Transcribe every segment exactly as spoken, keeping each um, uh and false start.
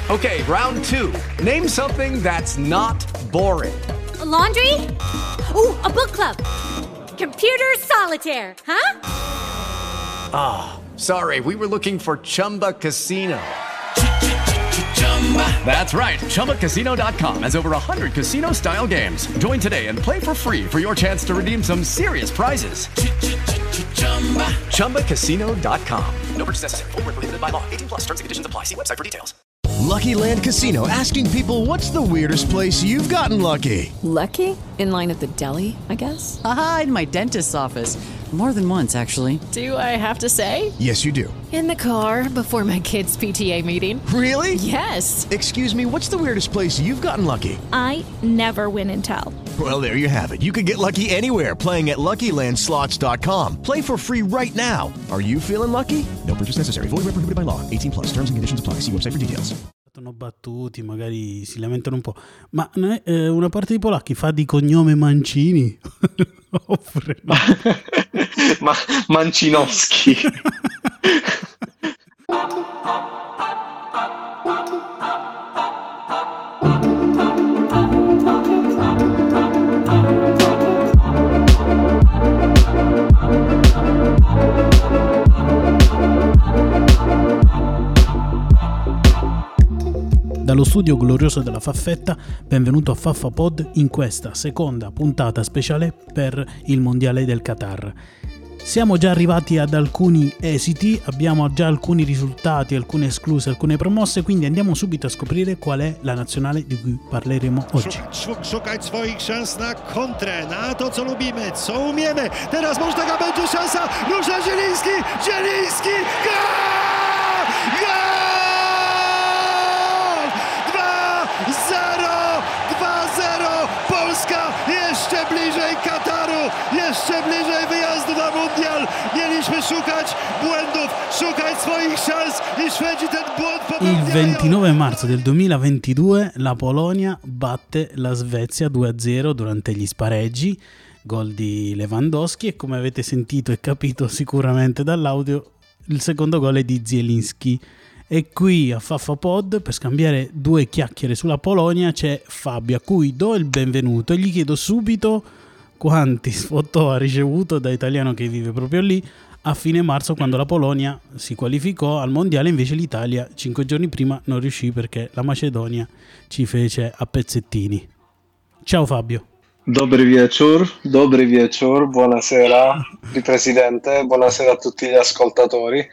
Okay, round two. Name something that's not boring. A laundry? Ooh, a book club. Computer solitaire, huh? Ah, oh, sorry, we were looking for Chumba Casino. That's right, Chumba Casino dot com has over one hundred casino-style games. Join today and play for free for your chance to redeem some serious prizes. Chumba Casino dot com. No purchase necessary. Void where prohibited by law. eighteen plus terms and conditions apply. See website for details. Lucky Land Casino, asking people, what's the weirdest place you've gotten lucky? Lucky? In line at the deli, I guess? Aha, in my dentist's office. More than once, actually. Do I have to say? Yes, you do. In the car before my kids' P T A meeting. Really? Yes. Excuse me, what's the weirdest place you've gotten lucky? I never win and tell. Well, there you have it. You can get lucky anywhere, playing at Lucky Land Slots dot com. Play for free right now. Are you feeling lucky? No purchase necessary. Void where prohibited by law. eighteen plus. Terms and conditions apply. See website for details. Sono battuti, magari si lamentano un po'. Ma non è, eh, una parte di polacchi fa di cognome Mancini? Oppure no? Ma Mancinowski. Dallo studio glorioso della Faffetta, benvenuto a Faffa Pod in questa seconda puntata speciale per il Mondiale del Qatar. Siamo già arrivati ad alcuni esiti, abbiamo già alcuni risultati, alcune escluse, alcune promosse, quindi andiamo subito a scoprire qual è la nazionale di cui parleremo oggi. Szukać swoich szans na kontrę, na to co lubimy, co umiemy. Teraz może taka będzie szansa. Rusza Zieliński, Zieliński, gol! Gol! dwa zero, Polska jeszcze bliżej Kataru, jeszcze bliżej wyjazdu na mundial. Mieliśmy szukać błędów, szukać swoich szans i Szwedzi ten błąd popełniają. Il ventinove marzo del duemilaventidue la Polonia batte la Svezia due a zero durante gli spareggi, gol di Lewandowski, e come avete sentito e capito sicuramente dall'audio, il secondo gol è di Zielinski. E qui a Faffa Pod, per scambiare due chiacchiere sulla Polonia, c'è Fabio, a cui do il benvenuto e gli chiedo subito quanti sfottò ha ricevuto, da italiano che vive proprio lì, a fine marzo, quando la Polonia si qualificò al mondiale. Invece l'Italia cinque giorni prima non riuscì perché la Macedonia ci fece a pezzettini. Ciao Fabio. Dobry wieczór, dobry wieczór, buonasera il presidente, buonasera a tutti gli ascoltatori.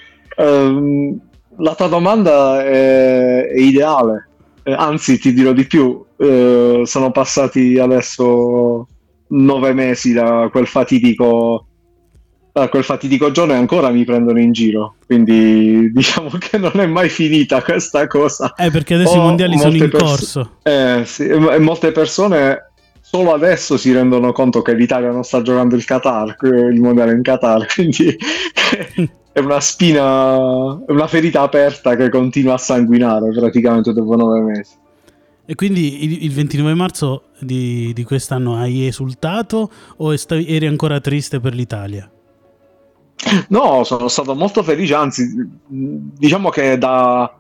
Um... La tua domanda è, è ideale, eh, anzi ti dirò di più, eh, sono passati adesso nove mesi da quel fatidico da quel fatidico giorno e ancora mi prendono in giro, quindi diciamo che non è mai finita questa cosa. Eh, perché adesso Ho i mondiali sono in pers- corso. Eh sì, e molte persone solo adesso si rendono conto che l'Italia non sta giocando il Qatar, il mondiale in Qatar, quindi è una spina, una ferita aperta che continua a sanguinare praticamente dopo nove mesi. E quindi il, il ventinove marzo di, di quest'anno hai esultato o stavi, eri ancora triste per l'Italia? No, sono stato molto felice, anzi diciamo che da,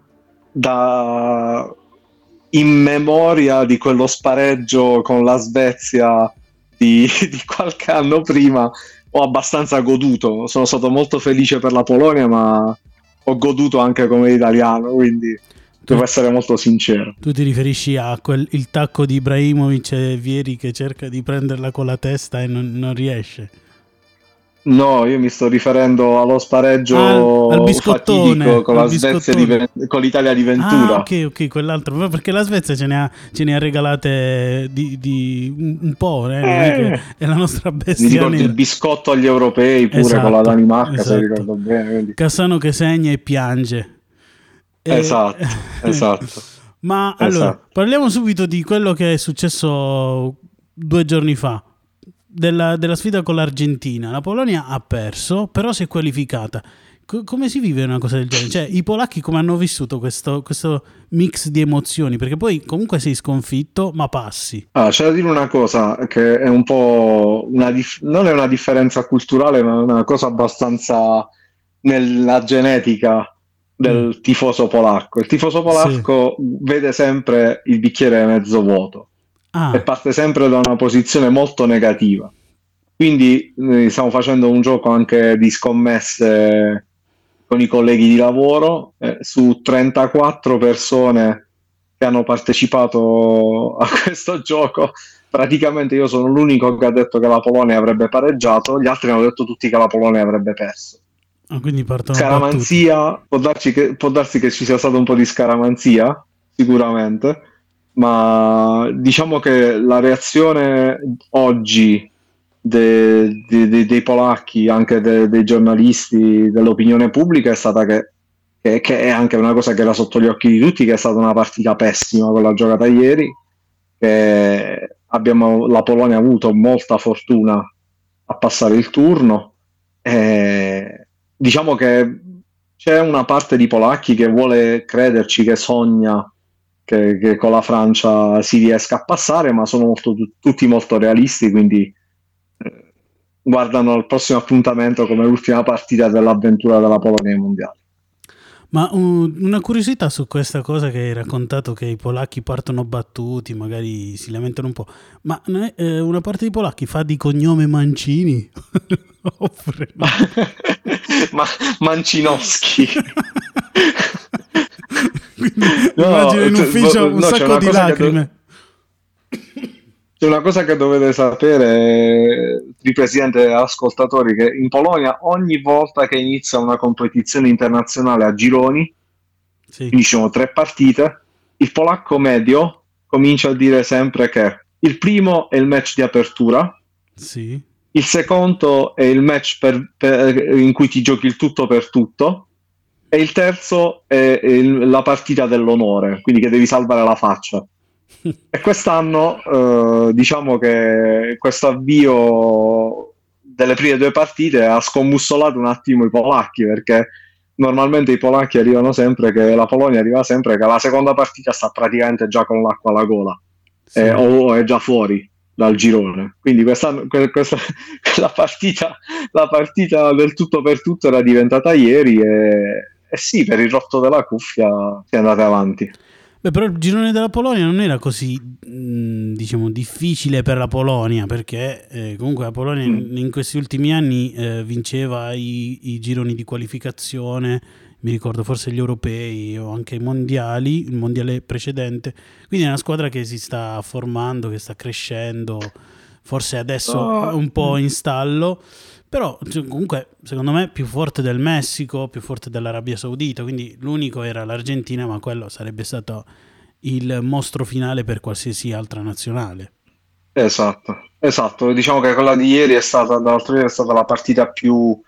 da in memoria di quello spareggio con la Svezia di, di qualche anno prima ho abbastanza goduto, sono stato molto felice per la Polonia, ma ho goduto anche come italiano, quindi tu, devo essere molto sincero. Tu ti riferisci a quel il tacco di Ibrahimovic e Vieri che cerca di prenderla con la testa e non, non riesce? No, io mi sto riferendo allo spareggio ah, al biscottone, fatidico con al la Svezia di, con l'Italia di Ventura. Ah, ok, ok, quell'altro, perché la Svezia ce ne ha, ce ne ha regalate di, di un, un po', eh? Non è, che è la nostra bestia. Mi ricordo il biscotto agli europei pure, esatto, con la Danimarca, esatto. Se ricordo bene. Quindi. Cassano che segna e piange. E... Esatto, esatto. Ma esatto. Allora, parliamo subito di quello che è successo due giorni fa. Della, della sfida con l'Argentina. La Polonia ha perso, però si è qualificata. C- come si vive una cosa del genere? Cioè, i polacchi come hanno vissuto questo, questo mix di emozioni? Perché poi comunque sei sconfitto, ma passi. Ah, c'è da dire una cosa che è un po' una dif- non è una differenza culturale, ma è una cosa abbastanza nella genetica del Mm. tifoso polacco. Il tifoso polacco vede sempre il bicchiere mezzo vuoto e Ah, parte sempre da una posizione molto negativa. Quindi eh, stiamo facendo un gioco anche di scommesse con i colleghi di lavoro. Eh, su trentaquattro persone che hanno partecipato a questo gioco, praticamente io sono l'unico che ha detto che la Polonia avrebbe pareggiato, gli altri hanno detto tutti che la Polonia avrebbe perso. ah, quindi partono battute. Scaramanzia, può darci che, può darsi che ci sia stato un po' di scaramanzia, sicuramente, ma diciamo che la reazione oggi de- de- de- dei polacchi, anche de- dei giornalisti, dell'opinione pubblica è stata che, che, che è anche una cosa che era sotto gli occhi di tutti, che è stata una partita pessima quella giocata ieri, che abbiamo, la Polonia ha avuto molta fortuna a passare il turno. E diciamo che c'è una parte di polacchi che vuole crederci, che sogna che, che con la Francia si riesca a passare, ma sono molto, tutti molto realisti, quindi eh, guardano al prossimo appuntamento come l'ultima partita dell'avventura della Polonia ai mondiali. Ma uh, una curiosità su questa cosa che hai raccontato, che i polacchi partono battuti, magari si lamentano un po', ma non è, eh, una parte dei polacchi fa di cognome Mancini? Oppure no? Ma Mancinowski. Quindi No, immagino in cioè, ufficio un no, c'è sacco una di cosa che lacrime. C'è una cosa che dovete sapere, il presidente e ascoltatori, che in Polonia ogni volta che inizia una competizione internazionale a gironi, Sì. quindi ci sono tre partite, il polacco medio comincia a dire sempre che il primo è il match di apertura, Sì. il secondo è il match per- per- in cui ti giochi il tutto per tutto, e il terzo è il- la partita dell'onore, quindi che devi salvare la faccia. E quest'anno eh, diciamo che questo avvio delle prime due partite ha scombussolato un attimo i polacchi, perché normalmente i polacchi arrivano sempre che la Polonia arriva sempre che la seconda partita sta praticamente già con l'acqua alla gola, Sì. eh, o è già fuori dal girone. Quindi quest'anno que- questa, la, partita, la partita del tutto per tutto era diventata ieri e, e sì, per il rotto della cuffia si è andata avanti. Beh, però il girone della Polonia non era così, mh, diciamo, difficile per la Polonia, perché eh, comunque la Polonia in, in questi ultimi anni eh, vinceva i, i gironi di qualificazione, mi ricordo forse gli europei o anche i mondiali, il mondiale precedente, quindi è una squadra che si sta formando, che sta crescendo, forse adesso Oh. è un po' in stallo, però cioè, comunque secondo me più forte del Messico, più forte dell'Arabia Saudita, quindi l'unico era l'Argentina, ma quello sarebbe stato il mostro finale per qualsiasi altra nazionale. Esatto, esatto. Diciamo che quella di ieri è stata, dall'altro ieri è stata la partita più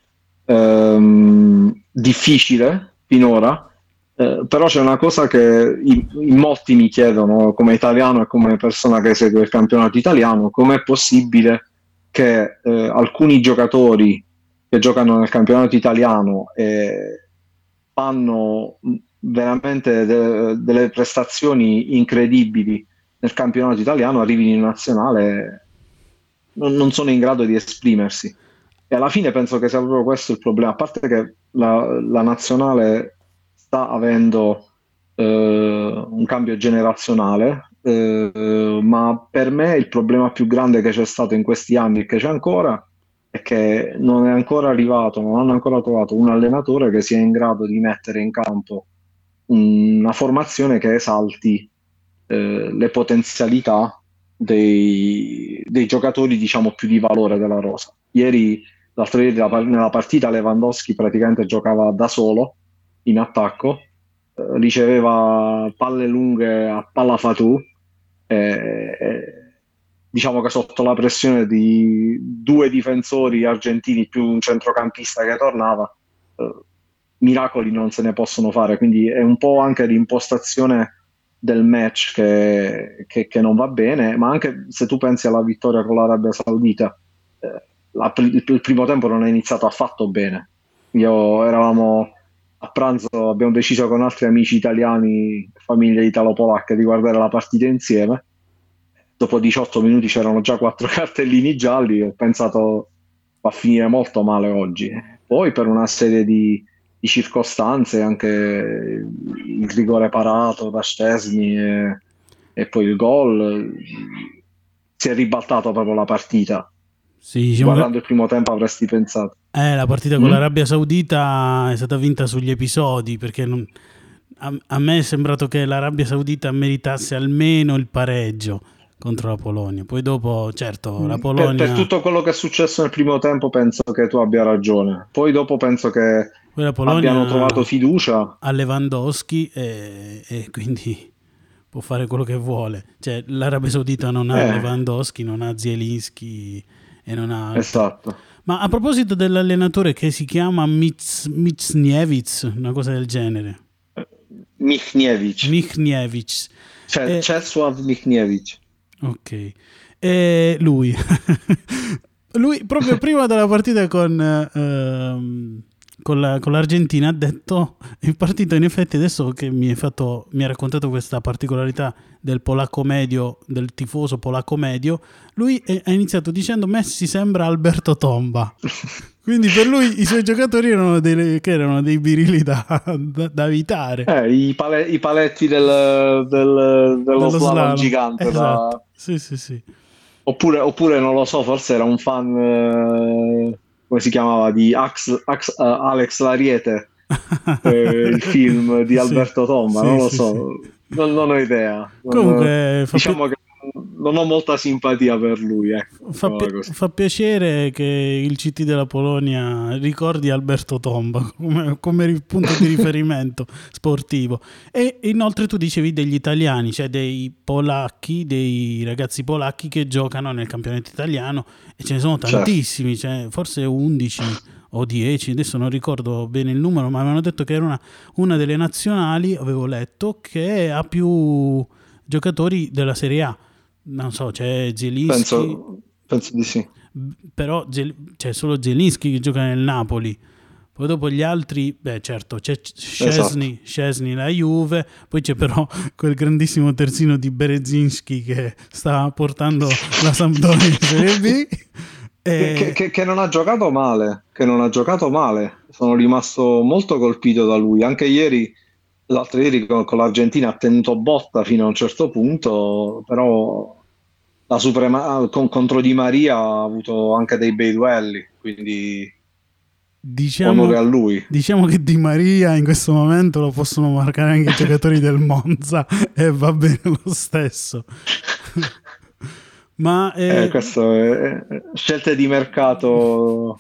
ehm, difficile finora, eh, però c'è una cosa che in, in molti mi chiedono, come italiano e come persona che segue il campionato italiano, com'è possibile che eh, alcuni giocatori che giocano nel campionato italiano eh, fanno veramente de- delle prestazioni incredibili nel campionato italiano, arrivino in nazionale, non, non sono in grado di esprimersi. E alla fine penso che sia proprio questo il problema, a parte che la, la nazionale sta avendo eh, un cambio generazionale, eh, ma per me il problema più grande che c'è stato in questi anni e che c'è ancora è che non è ancora arrivato, non hanno ancora trovato un allenatore che sia in grado di mettere in campo una formazione che esalti eh, le potenzialità dei, dei giocatori, diciamo, più di valore della rosa. Ieri, l'altro ieri nella partita Lewandowski praticamente giocava da solo in attacco, eh, riceveva palle lunghe a palla fatù, eh, eh, diciamo che sotto la pressione di due difensori argentini più un centrocampista che tornava, eh, miracoli non se ne possono fare, quindi è un po' anche l'impostazione del match che, che, che non va bene, ma anche se tu pensi alla vittoria con l'Arabia Saudita, eh, la, il, il primo tempo non è iniziato affatto bene. Io eravamo a pranzo, abbiamo deciso con altri amici italiani, famiglie italo-polacche, di guardare la partita insieme. Dopo diciotto minuti c'erano già quattro cartellini gialli, ho pensato va a finire molto male oggi. Poi per una serie di di circostanze, anche il rigore parato da Szczesny e, e poi il gol, si è ribaltato proprio la partita. Sì, diciamo guardando che... il primo tempo avresti pensato Eh, la partita con mm? l'Arabia Saudita è stata vinta sugli episodi, perché non... a, a me è sembrato che l'Arabia Saudita meritasse almeno il pareggio contro la Polonia. Poi dopo, certo, la Polonia... Per, per tutto quello che è successo nel primo tempo penso che tu abbia ragione. Poi dopo penso che Poi la Polonia abbiano trovato fiducia a Lewandowski e, e quindi può fare quello che vuole. Cioè, l'Arabia Saudita non ha Eh. Lewandowski, non ha Zielinski e non ha... Esatto. Ma a proposito dell'allenatore che si chiama Mic- Micniewicz, una cosa del genere. Michniewicz. Michniewicz. Cioè, Eh, Czesław Michniewicz. Ok. E lui, lui proprio prima della partita con, ehm, con, la- con l'Argentina ha detto, il partito in effetti adesso che mi hai fatto, mi ha raccontato questa particolarità del polacco medio, del tifoso polacco medio, lui è- ha iniziato dicendo Messi sembra Alberto Tomba. Quindi per lui i suoi giocatori erano dei, che erano dei birili da, da, da evitare. Eh, i, pale- i paletti del, del- dello, Dello slalom slalom. gigante. da- Esatto. Sì, sì, sì. Oppure, oppure non lo so, forse era un fan, eh, come si chiamava, di Ax- Ax- eh, Alex Lariete, eh, il film di Sì, Alberto Tomba, sì, non lo sì, so, sì. Non, non ho idea. Non- Comunque fa, diciamo pi- che non ho molta simpatia per lui, ecco. fa, pi- mettiamola così. fa piacere che il C T della Polonia ricordi Alberto Tomba come, come ri- punto di riferimento sportivo. E inoltre tu dicevi degli italiani, cioè dei polacchi, dei ragazzi polacchi che giocano nel campionato italiano, e ce ne sono Certo. tantissimi, cioè forse undici o dieci, adesso non ricordo bene il numero, ma avevano detto che era una, una delle nazionali, avevo letto, che ha più giocatori della Serie A. Non so, c'è Zielinski, Penso, penso di sì. b- però Zel- c'è solo Zielinski che gioca nel Napoli. Poi dopo gli altri, beh certo, c'è Szczesny, Szczesny la Juve, poi c'è però quel grandissimo terzino di Berezinski che sta portando la Sampdoria in Serie B. Che, E... che- che- che non ha giocato male, che non ha giocato male. Sono rimasto molto colpito da lui. Anche ieri, l'altro ieri con, con l'Argentina ha tenuto botta fino a un certo punto, però la suprema, con- contro Di Maria ha avuto anche dei bei duelli, quindi Diciamo, onore a lui. diciamo che Di Maria in questo momento lo possono marcare anche i giocatori del Monza e va bene lo stesso. Ma eh, Eh, questo è, è- scelte di mercato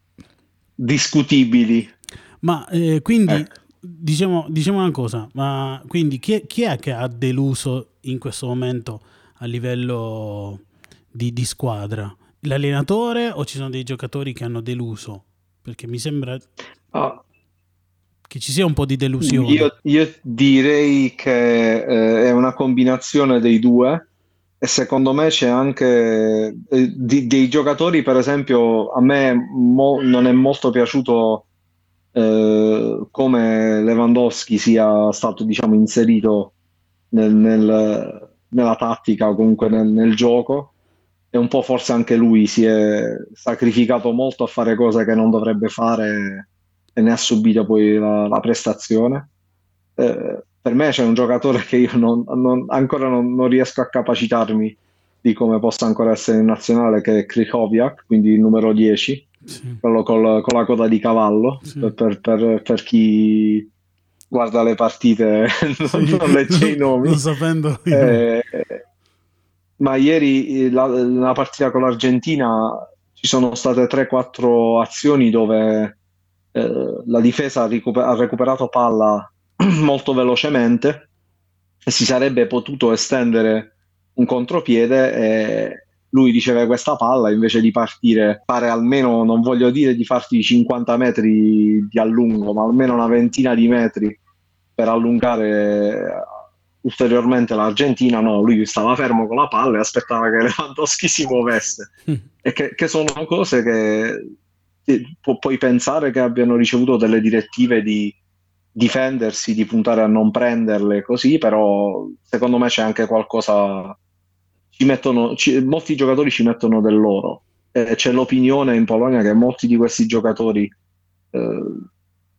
discutibili. ma eh, quindi Ecco. diciamo, diciamo una cosa, ma quindi chi è, chi è che ha deluso in questo momento a livello di, di squadra? L'allenatore o ci sono dei giocatori che hanno deluso? Perché mi sembra Ah, che ci sia un po' di delusione. io, io direi che eh, è una combinazione dei due. E secondo me c'è anche eh, di- dei giocatori, per esempio, a me mo- non è molto piaciuto eh, come Lewandowski sia stato, diciamo, inserito nel- nel- nella tattica o comunque nel, nel gioco. E un po' forse anche lui si è sacrificato molto a fare cose che non dovrebbe fare e ne ha subito poi la, la prestazione. Eh, per me c'è un giocatore che io non- non- ancora non, non riesco a capacitarmi di come possa ancora essere in nazionale, che è Krychowiak, quindi il numero dieci, Sì. quello col- con la coda di cavallo, Sì. per, per- per- per chi guarda le partite non, Sì. non legge i nomi. Non sapendo io. Eh, ma ieri eh, la, nella partita con l'Argentina ci sono state tre quattro azioni dove eh, la difesa ha, ricuper- ha recuperato palla molto velocemente e si sarebbe potuto estendere un contropiede e lui riceve questa palla invece di partire, fare almeno, non voglio dire di farti cinquanta metri di allungo, ma almeno una ventina di metri per allungare ulteriormente l'Argentina. No, lui stava fermo con la palla e aspettava che Lewandowski si muovesse. E che, che sono cose che che pu- puoi pensare che abbiano ricevuto delle direttive di difendersi, di puntare a non prenderle così, però secondo me c'è anche qualcosa, ci mettono, ci- molti giocatori ci mettono del loro. E c'è l'opinione in Polonia che molti di questi giocatori eh,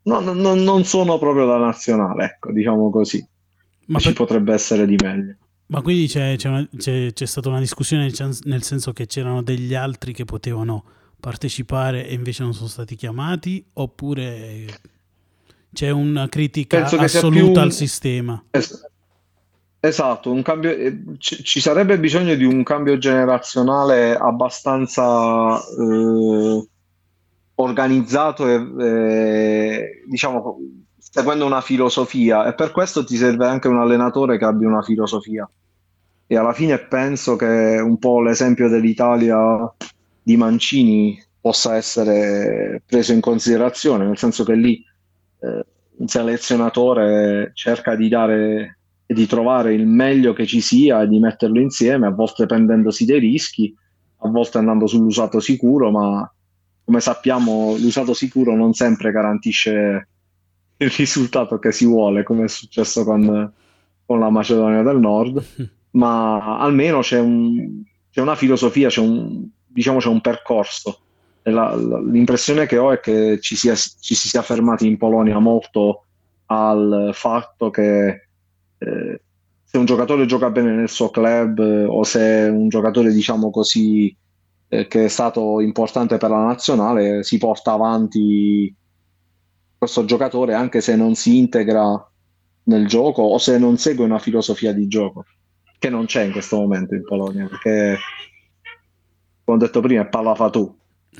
no, no, no, non sono proprio da nazionale, ecco, diciamo così. Ma ci per... potrebbe essere di meglio. Ma quindi c'è, c'è, una, c'è, c'è stata una discussione nel senso che c'erano degli altri che potevano partecipare e invece non sono stati chiamati, oppure c'è una critica assoluta più... al sistema? Es- esatto, un cambio, ci, ci sarebbe bisogno di un cambio generazionale abbastanza eh, organizzato e eh, diciamo seguendo una filosofia, e per questo ti serve anche un allenatore che abbia una filosofia. E alla fine penso che un po' l'esempio dell'Italia di Mancini possa essere preso in considerazione, nel senso che lì eh, un selezionatore cerca di dare e di trovare il meglio che ci sia e di metterlo insieme, a volte prendendosi dei rischi, a volte andando sull'usato sicuro, ma come sappiamo l'usato sicuro non sempre garantisce il risultato che si vuole, come è successo con, con la Macedonia del Nord, ma almeno c'è, un, c'è una filosofia, c'è un, diciamo c'è un percorso. E la, la, l'impressione che ho è che ci, sia, ci si sia fermati in Polonia molto al fatto che eh, se un giocatore gioca bene nel suo club eh, o se un giocatore, diciamo così, eh, che è stato importante per la nazionale, si porta avanti questo giocatore anche se non si integra nel gioco o se non segue una filosofia di gioco, che non c'è in questo momento in Polonia, perché come ho detto prima è palla fa tu.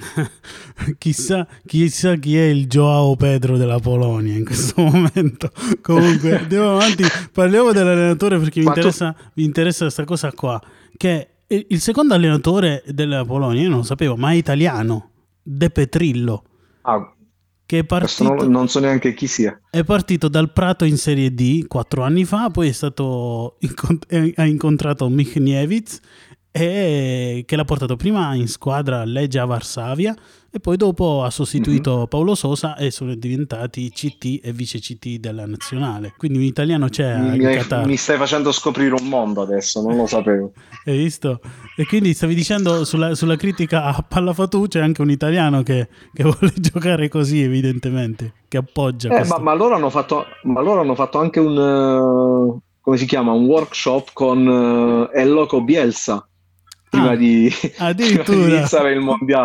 chissà, chissà chi è il Joao Pedro della Polonia in questo momento. Comunque andiamo avanti, parliamo dell'allenatore perché mi interessa, tu... mi interessa questa cosa qua, che il secondo allenatore della Polonia, io non lo sapevo, ma è italiano, De Petrillo. Ah, che è partito, non, non so neanche chi sia. È partito dal Prato in Serie D quattro anni fa, poi è stato ha incontrato Michniewicz e che l'ha portato prima in squadra Legia Varsavia e poi dopo ha sostituito mm-hmm. Paulo Sosa e sono diventati C T e vice C T della nazionale. Quindi un italiano c'è mi, in Qatar. Mi stai facendo scoprire un mondo adesso, non lo sapevo. Hai visto? E quindi stavi dicendo sulla, sulla critica a Pallafatù c'è anche un italiano che, che vuole giocare così, evidentemente, che appoggia eh, ma, ma loro hanno fatto ma loro hanno fatto anche un uh, come si chiama? Un workshop con uh, El Loco Bielsa prima, ah, di, prima di iniziare il mondiale.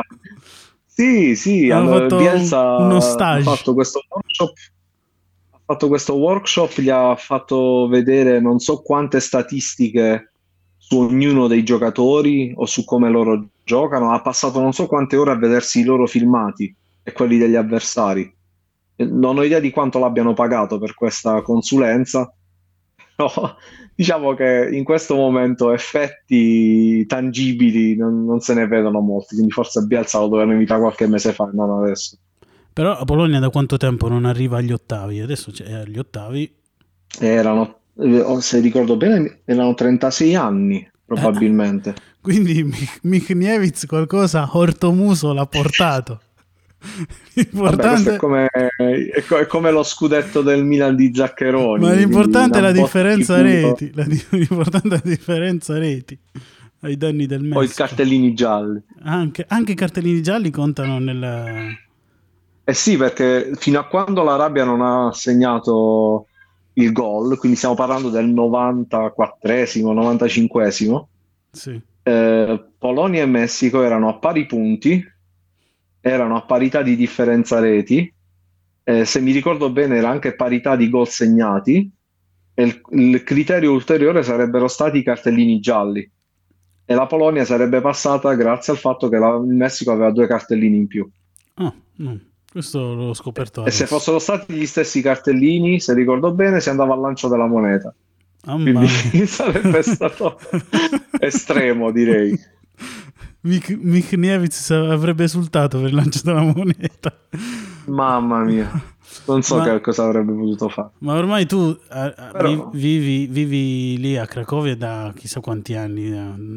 Sì, sì, hanno fatto Bielsa uno stage. Ha fatto questo workshop, ha fatto questo workshop, gli ha fatto vedere non so quante statistiche su ognuno dei giocatori o su come loro giocano, ha passato non so quante ore a vedersi i loro filmati e quelli degli avversari. Non ho idea di quanto l'abbiano pagato per questa consulenza, però diciamo che in questo momento effetti tangibili non, non se ne vedono molti, quindi forse Bielsa lo dovevano invitare qualche mese fa, non adesso. Però la Polonia da quanto tempo non arriva agli ottavi? Adesso c'è agli ottavi. Erano, se ricordo bene, erano trentasei anni probabilmente. Eh, quindi Michniewicz qualcosa Ortomuso l'ha portato. L'importante... Vabbè, è, come, è, co- è come lo scudetto del Milan di Zaccheroni. Ma l'importante è la differenza reti. La di- l'importante è la differenza reti ai danni del Messico. O i cartellini gialli. Anche, anche i cartellini gialli contano nel... Eh sì, perché fino a quando l'Arabia non ha segnato il gol, quindi stiamo parlando del novantaquattresimo, novantacinquesimo, sì. eh, Polonia e Messico erano a pari punti, erano a parità di differenza reti, eh, se mi ricordo bene era anche parità di gol segnati, e il, il criterio ulteriore sarebbero stati i cartellini gialli, e la Polonia sarebbe passata grazie al fatto che la, il Messico aveva due cartellini in più. Ah, no. Questo l'ho scoperto e adesso. Se fossero stati gli stessi cartellini, se ricordo bene, si andava al lancio della moneta. Oh, quindi sarebbe stato estremo, direi. Mich- Michniewicz avrebbe esultato per il lancio della moneta. Mamma mia, non so ma, che cosa avrebbe potuto fare. Ma ormai tu a, a, Però... vivi, vivi lì a Cracovia da chissà quanti anni?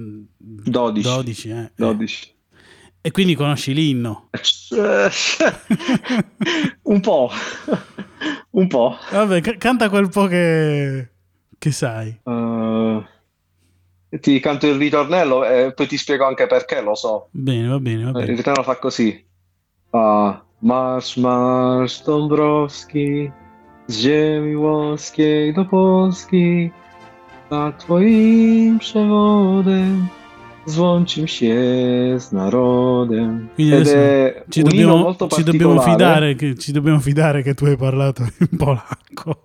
dodici. dodici, eh. dodici. E quindi conosci l'inno? Un po'. Un po'. Vabbè, c- canta quel po' che, che sai. Uh, ti canto il ritornello e poi ti spiego anche perché, lo so. Bene, va bene, va bene. Il ritornello fa così. Uh, Marsz, marsz Dąbrowski, z ziemi włoskiej do Polski, a twoim przewodem złączim się z narodem. Quindi Ed adesso è ci un inno dobbiamo, molto ci dobbiamo particolare. fidare che, ci dobbiamo fidare che tu hai parlato in polacco.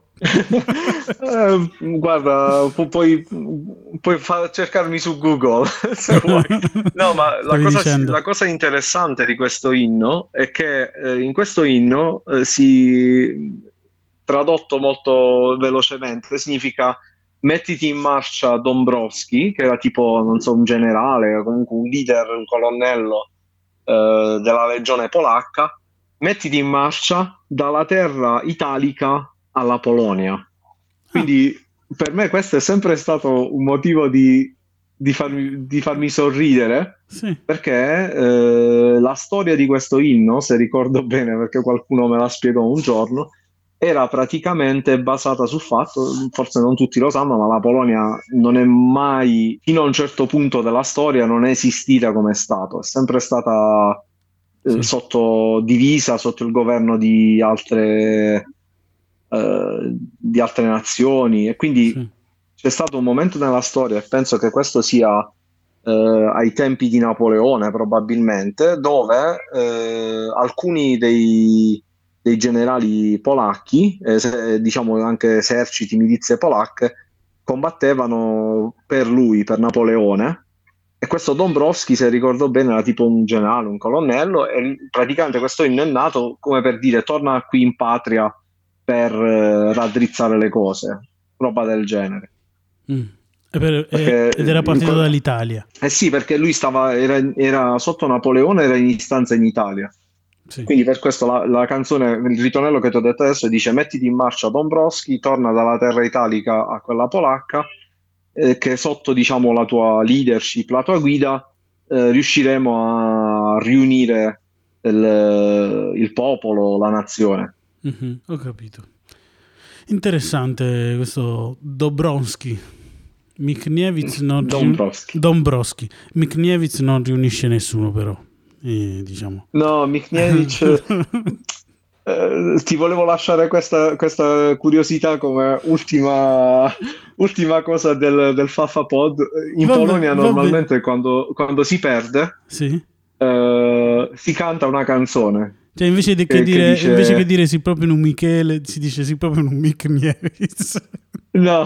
Eh, guarda, pu- puoi, puoi fa- cercarmi su Google se vuoi. No, ma la Stavi cosa, dicendo. la cosa interessante di questo inno è che eh, in questo inno eh, si, tradotto molto velocemente, significa mettiti in marcia Dąbrowski, che era tipo, non so, un generale, o comunque un leader, un colonnello eh, della legione polacca, mettiti in marcia dalla terra italica alla Polonia. Quindi per me questo è sempre stato un motivo di, di, farmi, di farmi sorridere, Sì. perché eh, la storia di questo inno, se ricordo bene, perché qualcuno me la spiegò un giorno, era praticamente basata sul fatto, forse non tutti lo sanno, ma la Polonia non è mai, fino a un certo punto della storia, non è esistita come Stato, è sempre stata eh, Sì. sotto divisa, sotto il governo di altre, eh, di altre nazioni, e quindi Sì. c'è stato un momento nella storia, e penso che questo sia eh, ai tempi di Napoleone probabilmente, dove eh, alcuni dei dei generali polacchi, eh, se- diciamo anche eserciti, milizie polacche, combattevano per lui, per Napoleone, e questo Dąbrowski, se ricordo bene, era tipo un generale, un colonnello, e praticamente questo inno è nato come per dire torna qui in patria per eh, raddrizzare le cose, roba del genere. Mm. E per- Perché e- ed era in partito quel- dall'Italia. Eh sì, perché lui stava, era, era sotto Napoleone, era in istanza in Italia. Sì. Quindi per questo la, la canzone, il ritornello che ti ho detto adesso dice mettiti in marcia Dąbrowski, torna dalla terra italica a quella polacca, eh, che sotto diciamo la tua leadership, la tua guida, eh, riusciremo a riunire il, il popolo, la nazione. Mhm, ho capito. Interessante questo Dąbrowski. Michniewicz non Dąbrowski. Dąbrowski. Michniewicz non riunisce nessuno, però. Eh, diciamo. No, Michniewicz, eh, ti volevo lasciare questa, questa curiosità come ultima, ultima cosa del, del Faffa Pod. In Vabbè, Polonia vabbè. normalmente quando, quando si perde Sì. eh, si canta una canzone. Cioè, invece, di, che Che- che dire, dice- invece che dire si proprio un Michele, si dice si proprio un Michniewicz. No,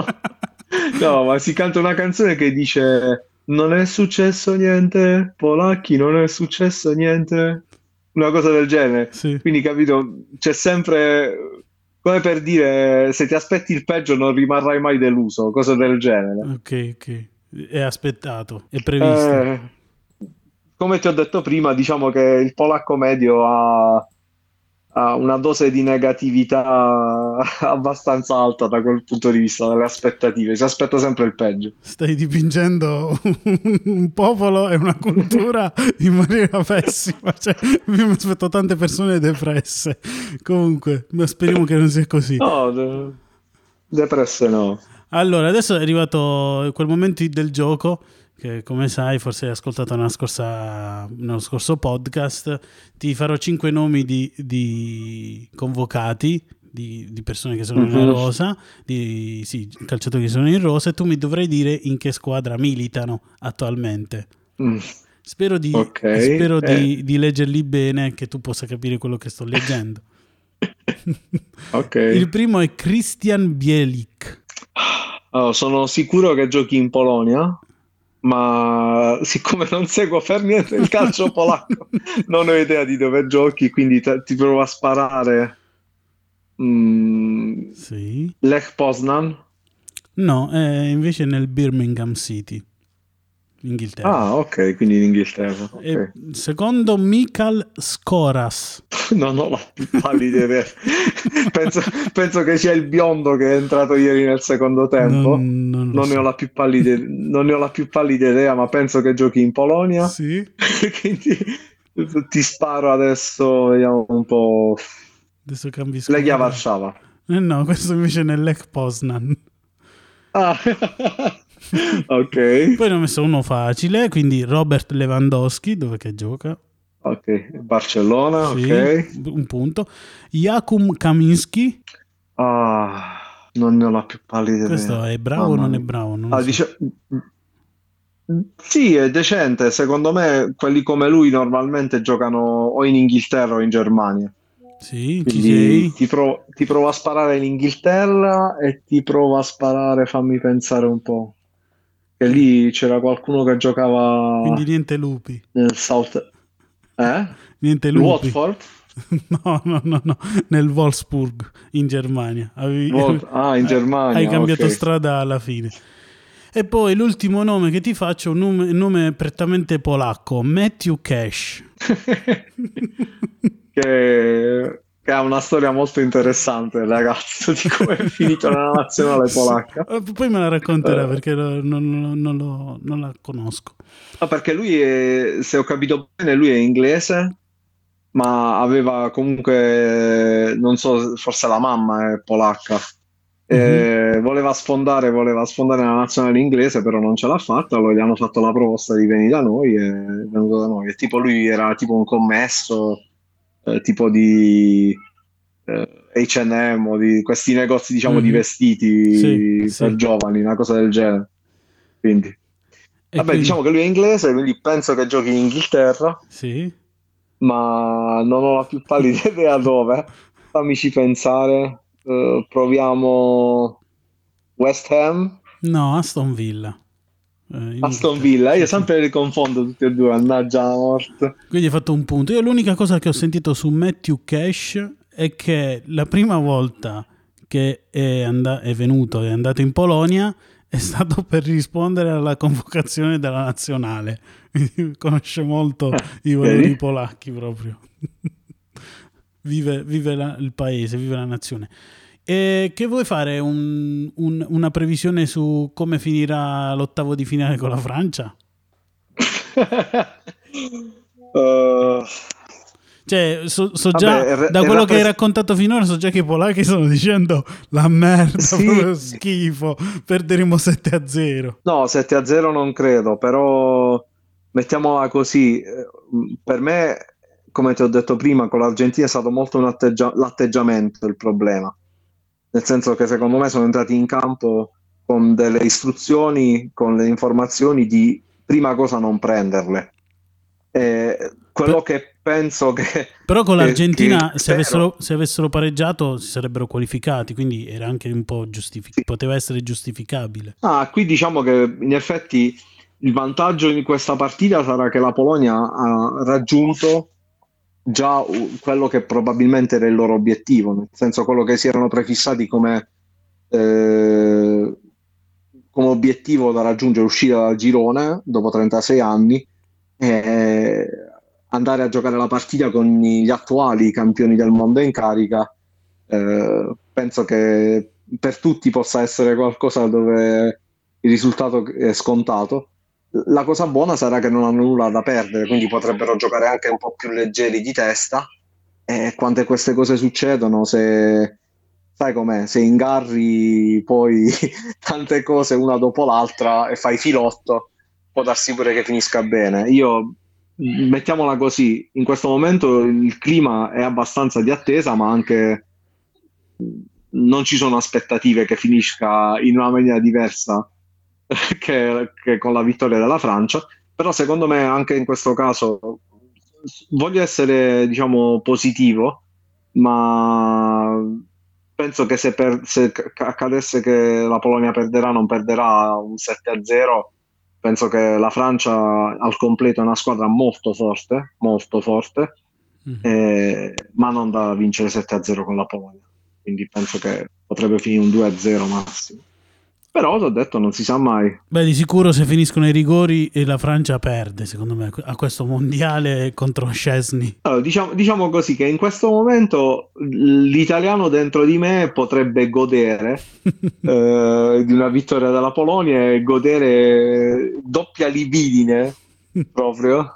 no, ma si canta una canzone che dice non è successo niente, polacchi, non è successo niente, una cosa del genere. Sì. Quindi, capito, c'è sempre, come per dire, se ti aspetti il peggio non rimarrai mai deluso, cosa del genere. Ok, ok. È aspettato, è previsto. Eh, come ti ho detto prima, diciamo che il polacco medio ha, ha una dose di negatività abbastanza alta da quel punto di vista, dalle aspettative, si aspetta sempre il peggio. Stai dipingendo un, un popolo e una cultura in maniera pessima. Cioè, io mi aspetto tante persone depresse. Comunque, ma speriamo che non sia così. No, de- depresse no. Allora, adesso è arrivato quel momento del gioco che, come sai, forse hai ascoltato nella scorsa, nello scorso podcast. Ti farò cinque nomi di, di convocati, di, di persone che sono in Mhm. rosa, di sì, calciatori che sono in rosa, e tu mi dovrai dire in che squadra militano attualmente. Mm, Spero di, Ok, spero eh. di, di leggerli bene, che tu possa capire quello che sto leggendo. ok. Il primo è Christian Bielik. Allora, sono sicuro che giochi in Polonia, ma siccome non seguo per niente il calcio polacco, non ho idea di dove giochi, quindi te- ti provo a sparare. Mm, Sì. Lech Poznan. No, è invece nel Birmingham City, Inghilterra. Ah, ok, quindi in Inghilterra. ok. E secondo Michal Skoras. Non ho la più pallida idea. penso, penso che sia il biondo che è entrato ieri nel secondo tempo. Non, non lo Non ne so. ho la più pallida, non ne ho la più pallida idea, ma penso che giochi in Polonia. Sì, Quindi ti sparo adesso, vediamo un po'. adesso cambi Legia squadra. Warszawa. Eh no, questo invece è nel Lech Poznan. Ah, ok. Poi ne ho messo uno facile, quindi Robert Lewandowski, dove che gioca? Ok, Barcellona, sì, ok. Un punto. Jakub Kaminski. Ah, non ne ho la più pallida Questo idea. è bravo o Mamma non è mia. bravo? Non lo Ah, so. dice... Sì, è decente. Secondo me quelli come lui normalmente giocano o in Inghilterra o in Germania. Sì, chi Quindi sei? ti, pro- ti provo a sparare in Inghilterra e ti provo a sparare, fammi pensare un po'. Che lì c'era qualcuno che giocava Quindi niente lupi. nel South... Eh? Niente Il lupi. Watford? No, no, no, no, nel Wolfsburg in Germania. Avevi- Wolf- Ah, in hai Germania, cambiato ok. strada alla fine. E poi l'ultimo nome che ti faccio è un nome, un nome prettamente polacco, Matthew Cash. che, che ha una storia molto interessante, il ragazzo, di come è finito nella nazionale polacca. Sì. Poi me la racconterà Eh. perché lo- non, non- non lo- non la conosco. No, perché lui è, se ho capito bene, lui è inglese, ma aveva comunque, non so, forse la mamma è polacca. Eh, voleva sfondare, voleva sfondare la nazionale inglese, però non ce l'ha fatta. Allora gli hanno fatto la proposta di venire da noi e è venuto da noi. E tipo lui era tipo un commesso, eh, tipo di eh, acca e emme o di questi negozi, diciamo, di Mhm. vestiti Sì, per sì. giovani, una cosa del genere. Quindi, E vabbè, quindi- diciamo che lui è inglese, quindi penso che giochi in Inghilterra, Sì. ma non ho la più pallida idea dove. Fammici pensare. Eh, proviamo West Ham, No, Aston Villa. Eh, in Aston Inghilterra. Villa. Io Sì, sì. sempre li confondo tutti e due, mannaggia la morte. Quindi hai fatto un punto. Io l'unica cosa che ho sentito su Matthew Cash è che la prima volta che è, and- è venuto, è andato in Polonia, è stato per rispondere alla convocazione della nazionale. Quindi conosce molto i valori vedi? polacchi proprio. Vive, vive la- il paese, vive la nazione. E che vuoi fare? Un- un- una previsione su come finirà l'ottavo di finale con la Francia? Eh, Cioè, so, so Vabbè, già, è ra- da è quello che hai rappres- raccontato finora, so già che i polacchi stanno dicendo la merda, Sì. proprio schifo, perderemo sette a zero. No, sette a zero non credo, però mettiamola così. eh, Per me, come ti ho detto prima, con l'Argentina è stato molto un atteggia- l'atteggiamento il problema. Nel senso che secondo me sono entrati in campo con delle istruzioni, con le informazioni di prima cosa non prenderle. Eh, quello che penso che... Però con che- l'Argentina, che se, spero- avessero, se avessero pareggiato, si sarebbero qualificati, quindi era anche un po' giustific- poteva essere giustificabile. Ah, qui diciamo che in effetti il vantaggio in questa partita sarà che la Polonia ha raggiunto già uh, quello che probabilmente era il loro obiettivo, nel senso quello che si erano prefissati come, eh, come obiettivo da raggiungere, uscire dal girone dopo trentasei anni e andare a giocare la partita con gli attuali campioni del mondo in carica. Eh, penso che per tutti possa essere qualcosa dove il risultato è scontato. La cosa buona sarà che non hanno nulla da perdere, quindi potrebbero giocare anche un po' più leggeri di testa. E quante queste cose succedono, se sai com'è, se ingarri poi tante cose una dopo l'altra e fai filotto, può darsi pure che finisca bene. Io, mettiamola così, in questo momento il clima è abbastanza di attesa, ma anche non ci sono aspettative che finisca in una maniera diversa che, che con la vittoria della Francia, però secondo me anche in questo caso voglio essere, diciamo, positivo, ma penso che se, per, se accadesse che la Polonia perderà, non perderà un sette a zero. Penso che la Francia al completo è una squadra molto forte, molto forte, Mhm. eh, ma non da vincere sette a zero con la Polonia. Quindi penso che potrebbe finire un due a zero massimo. Però ti ho detto, non si sa mai. Beh, di sicuro se finiscono i rigori e la Francia perde, secondo me, a questo mondiale contro Szczesny. Allora, diciamo, diciamo così che in questo momento l'italiano dentro di me potrebbe godere eh, di una vittoria della Polonia e godere doppia libidine proprio.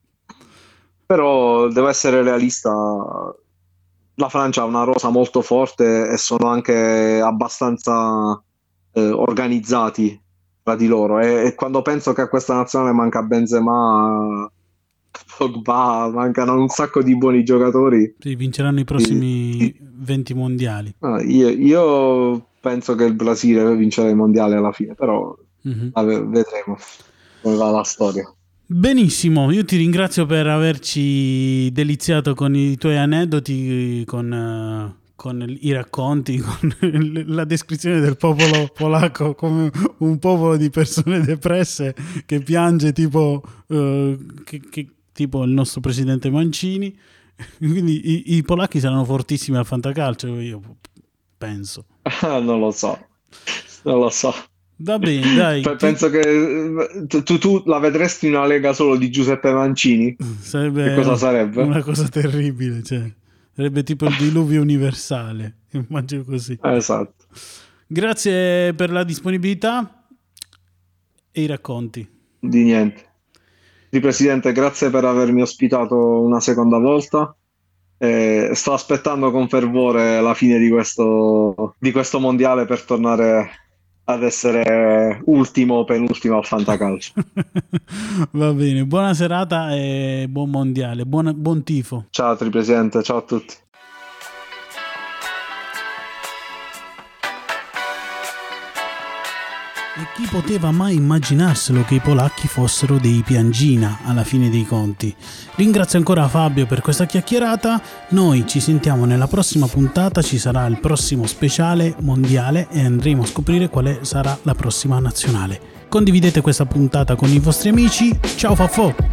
Però devo essere realista, la Francia ha una rosa molto forte e sono anche abbastanza eh, organizzati tra di loro, e, e quando penso che a questa nazionale manca Benzema Pogba, mancano un sacco di buoni giocatori. Sì, vinceranno i prossimi Sì. venti mondiali. Ah, io, io penso che il Brasile vincerà i mondiali alla fine, però Mm-hmm. vabbè, vedremo come va la storia. Benissimo, io ti ringrazio per averci deliziato con i tuoi aneddoti, con, uh, con i racconti, con la descrizione del popolo polacco come un popolo di persone depresse che piange tipo, uh, che, che, tipo il nostro presidente Mancini. Quindi i, i polacchi saranno fortissimi al fantacalcio, io penso. Non lo so, non lo so. Va bene, dai. Penso che tu, tu la vedresti in una lega solo di Giuseppe Mancini. Sarebbe che cosa sarebbe? Una cosa terribile, cioè. Sarebbe tipo il diluvio universale, immagino così. Esatto. Grazie per la disponibilità e i racconti. Di niente. Di Presidente, grazie per avermi ospitato una seconda volta. Eh, sto aspettando con fervore la fine di questo, di questo mondiale per tornare ad essere ultimo o penultimo al fantacalcio. Va bene, buona serata e buon mondiale, buon, buon tifo. Ciao Tripresidente, ciao a tutti. E chi poteva mai immaginarselo che i polacchi fossero dei piangina alla fine dei conti? Ringrazio ancora Fabio per questa chiacchierata. Noi ci sentiamo nella prossima puntata, ci sarà il prossimo speciale mondiale e andremo a scoprire quale sarà la prossima nazionale. Condividete questa puntata con i vostri amici. Ciao Faffò!